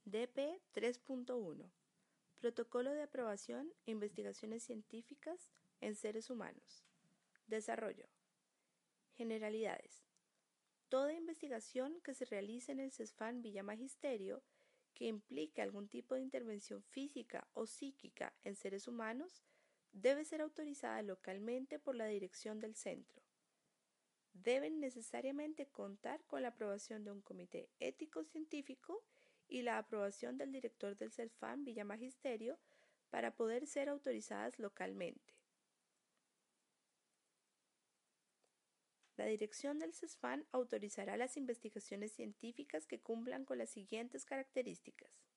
DP 3.1 Protocolo de aprobación e investigaciones científicas en seres humanos. Desarrollo. Generalidades. Toda investigación que se realice en el CESFAN Villa Magisterio que implique algún tipo de intervención física o psíquica en seres humanos debe ser autorizada localmente por la dirección del centro. Deben necesariamente contar con la aprobación de un comité ético-científico y la aprobación del director del CESFAN Villa Magisterio para poder ser autorizadas localmente. La dirección del CESFAN autorizará las investigaciones científicas que cumplan con las siguientes características.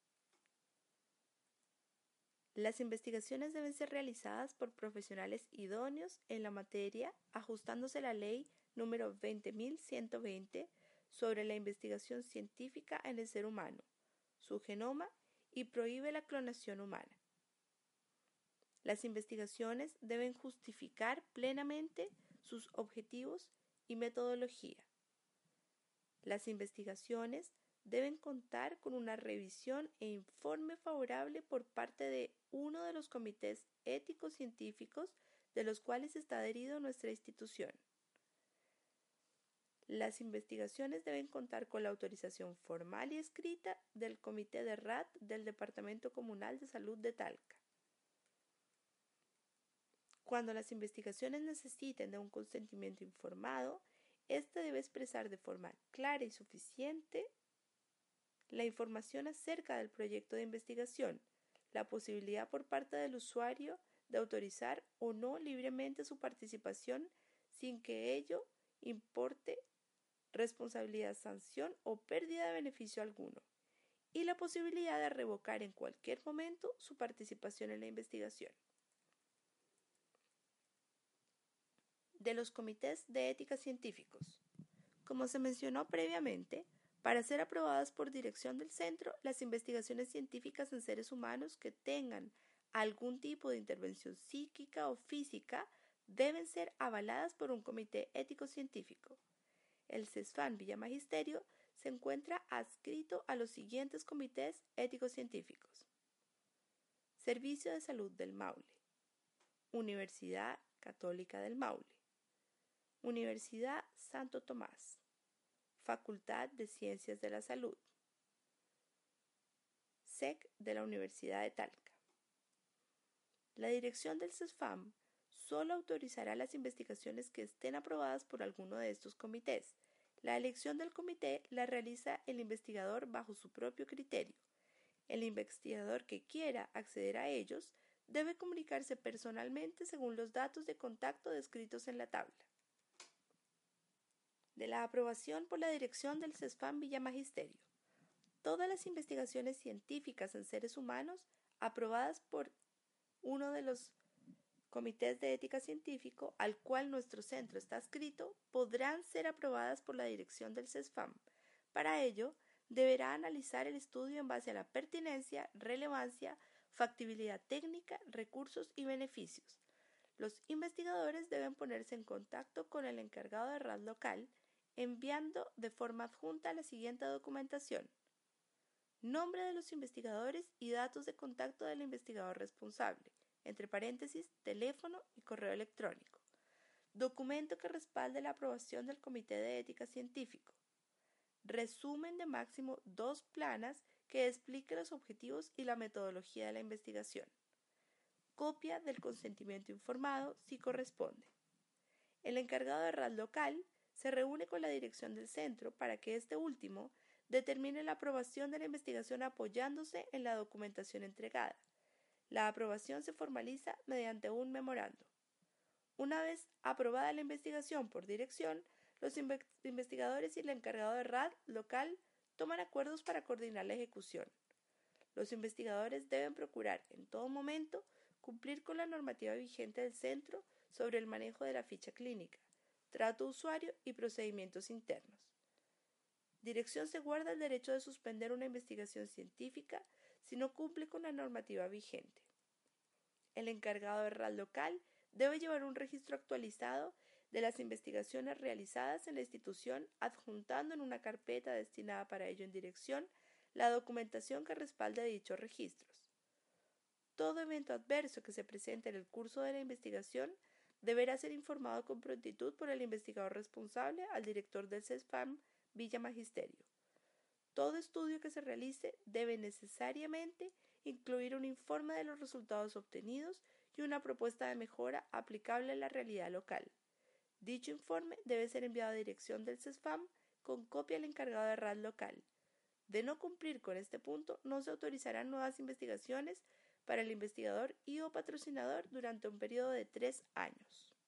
Las investigaciones deben ser realizadas por profesionales idóneos en la materia, ajustándose a la ley número 20.120 sobre la investigación científica en el ser humano, su genoma y prohíbe la clonación humana. Las investigaciones deben justificar plenamente sus objetivos y metodología. Las investigaciones deben contar con una revisión e informe favorable por parte de uno de los comités éticos científicos de los cuales está adherido nuestra institución. Las investigaciones deben contar con la autorización formal y escrita del Comité de RAT del Departamento Comunal de Salud de Talca. Cuando las investigaciones necesiten de un consentimiento informado, éste debe expresar de forma clara y suficiente la información acerca del proyecto de investigación, la posibilidad por parte del usuario de autorizar o no libremente su participación sin que ello importe responsabilidad, sanción o pérdida de beneficio alguno, y la posibilidad de revocar en cualquier momento su participación en la investigación. De los comités de ética científicos. Como se mencionó previamente, para ser aprobadas por dirección del centro, las investigaciones científicas en seres humanos que tengan algún tipo de intervención psíquica o física deben ser avaladas por un comité ético científico. El CESFAN Villa Magisterio se encuentra adscrito a los siguientes comités éticos científicos: Servicio de Salud del Maule, Universidad Católica del Maule, Universidad Santo Tomás, Facultad de Ciencias de la Salud, SEC de la Universidad de Talca. La dirección del CESFAM solo autorizará las investigaciones que estén aprobadas por alguno de estos comités. La elección del comité la realiza el investigador bajo su propio criterio. El investigador que quiera acceder a ellos debe comunicarse personalmente según los datos de contacto descritos en la tabla. De la aprobación por la dirección del CESFAN Villa Magisterio. Todas las investigaciones científicas en seres humanos aprobadas por uno de los comités de ética científico al cual nuestro centro está adscrito podrán ser aprobadas por la dirección del CESFAM. Para ello, deberá analizar el estudio en base a la pertinencia, relevancia, factibilidad técnica, recursos y beneficios. Los investigadores deben ponerse en contacto con el encargado de RAD local, enviando de forma adjunta la siguiente documentación: nombre de los investigadores y datos de contacto del investigador responsable, entre paréntesis, teléfono y correo electrónico. Documento que respalde la aprobación del Comité de Ética Científico. Resumen de máximo 2 planas que explique los objetivos y la metodología de la investigación. Copia del consentimiento informado si corresponde. El encargado de RAD local se reúne con la dirección del centro para que este último determine la aprobación de la investigación apoyándose en la documentación entregada. La aprobación se formaliza mediante un memorando. Una vez aprobada la investigación por dirección, los investigadores y el encargado de RAD local toman acuerdos para coordinar la ejecución. Los investigadores deben procurar en todo momento cumplir con la normativa vigente del centro sobre el manejo de la ficha clínica, trato usuario y procedimientos internos. Dirección se guarda el derecho de suspender una investigación científica si no cumple con la normativa vigente. El encargado de RAD local debe llevar un registro actualizado de las investigaciones realizadas en la institución, adjuntando en una carpeta destinada para ello en dirección la documentación que respalda dichos registros. Todo evento adverso que se presente en el curso de la investigación deberá ser informado con prontitud por el investigador responsable al director del CESFAM Villa Magisterio. Todo estudio que se realice debe necesariamente incluir un informe de los resultados obtenidos y una propuesta de mejora aplicable a la realidad local. Dicho informe debe ser enviado a dirección del CESFAM con copia al encargado de RAD local. De no cumplir con este punto, no se autorizarán nuevas investigaciones para el investigador y o patrocinador durante un periodo de 3 años.